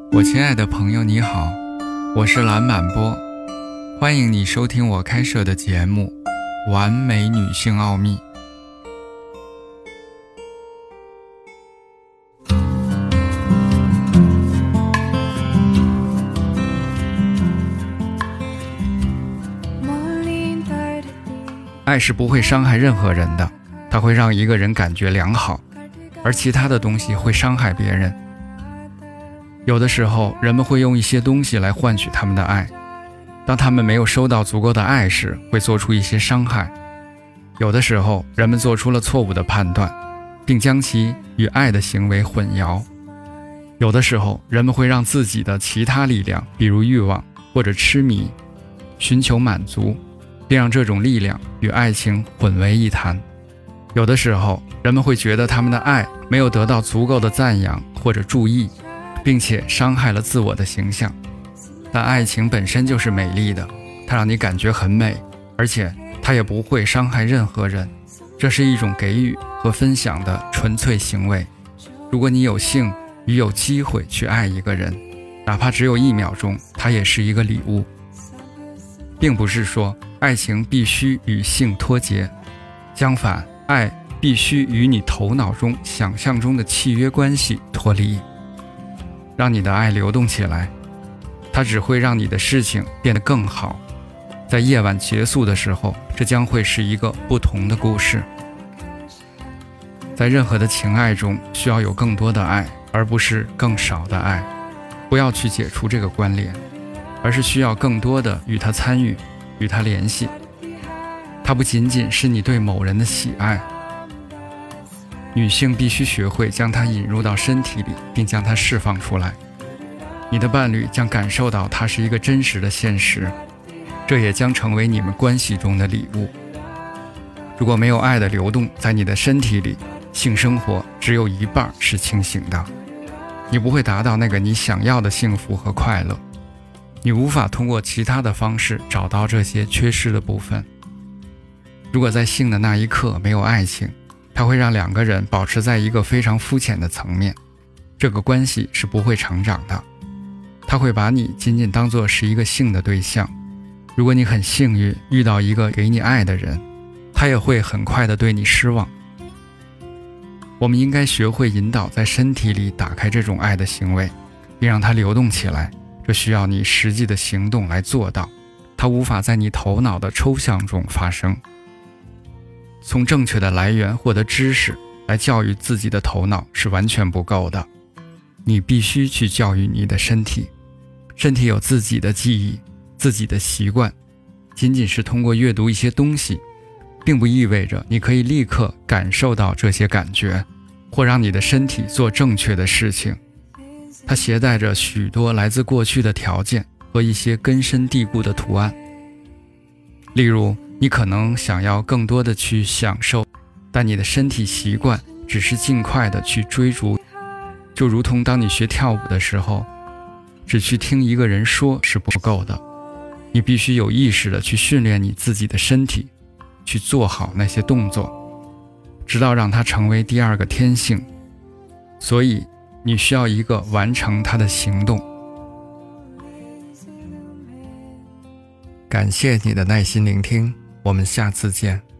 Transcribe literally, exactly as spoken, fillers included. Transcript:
我亲爱的朋友你好，我是蓝满波，欢迎你收听我开设的节目《完美女性奥秘》。爱是不会伤害任何人的，它会让一个人感觉良好，而其他的东西会伤害别人。有的时候，人们会用一些东西来换取他们的爱，当他们没有收到足够的爱时，会做出一些伤害。有的时候，人们做出了错误的判断，并将其与爱的行为混淆。有的时候，人们会让自己的其他力量，比如欲望或者痴迷，寻求满足，并让这种力量与爱情混为一谈。有的时候，人们会觉得他们的爱没有得到足够的赞扬或者注意，并且伤害了自我的形象。但爱情本身就是美丽的，它让你感觉很美，而且它也不会伤害任何人。这是一种给予和分享的纯粹行为。如果你有幸与有机会去爱一个人，哪怕只有一秒钟，它也是一个礼物。并不是说爱情必须与性脱节，相反，爱必须与你头脑中想象中的契约关系脱离。让你的爱流动起来，它只会让你的事情变得更好。在夜晚结束的时候，这将会是一个不同的故事。在任何的情爱中，需要有更多的爱，而不是更少的爱。不要去解除这个关联，而是需要更多的与他参与，与他联系。它不仅仅是你对某人的喜爱，女性必须学会将它引入到身体里，并将它释放出来。你的伴侣将感受到它是一个真实的现实，这也将成为你们关系中的礼物。如果没有爱的流动在你的身体里，性生活只有一半是清醒的，你不会达到那个你想要的幸福和快乐。你无法通过其他的方式找到这些缺失的部分。如果在性的那一刻没有爱情，它会让两个人保持在一个非常肤浅的层面，这个关系是不会成长的。它会把你仅仅当作是一个性的对象。如果你很幸运遇到一个给你爱的人，他也会很快的对你失望。我们应该学会引导在身体里打开这种爱的行为，并让它流动起来。这需要你实际的行动来做到，它无法在你头脑的抽象中发生。从正确的来源获得知识来教育自己的头脑是完全不够的，你必须去教育你的身体。身体有自己的记忆，自己的习惯。仅仅是通过阅读一些东西，并不意味着你可以立刻感受到这些感觉，或让你的身体做正确的事情。它携带着许多来自过去的条件和一些根深蒂固的图案。例如，你可能想要更多的去享受，但你的身体习惯只是尽快的去追逐。就如同当你学跳舞的时候，只去听一个人说是不够的，你必须有意识的去训练你自己的身体，去做好那些动作，直到让它成为第二个天性。所以你需要一个完成它的行动。感谢你的耐心聆听，我们下次见。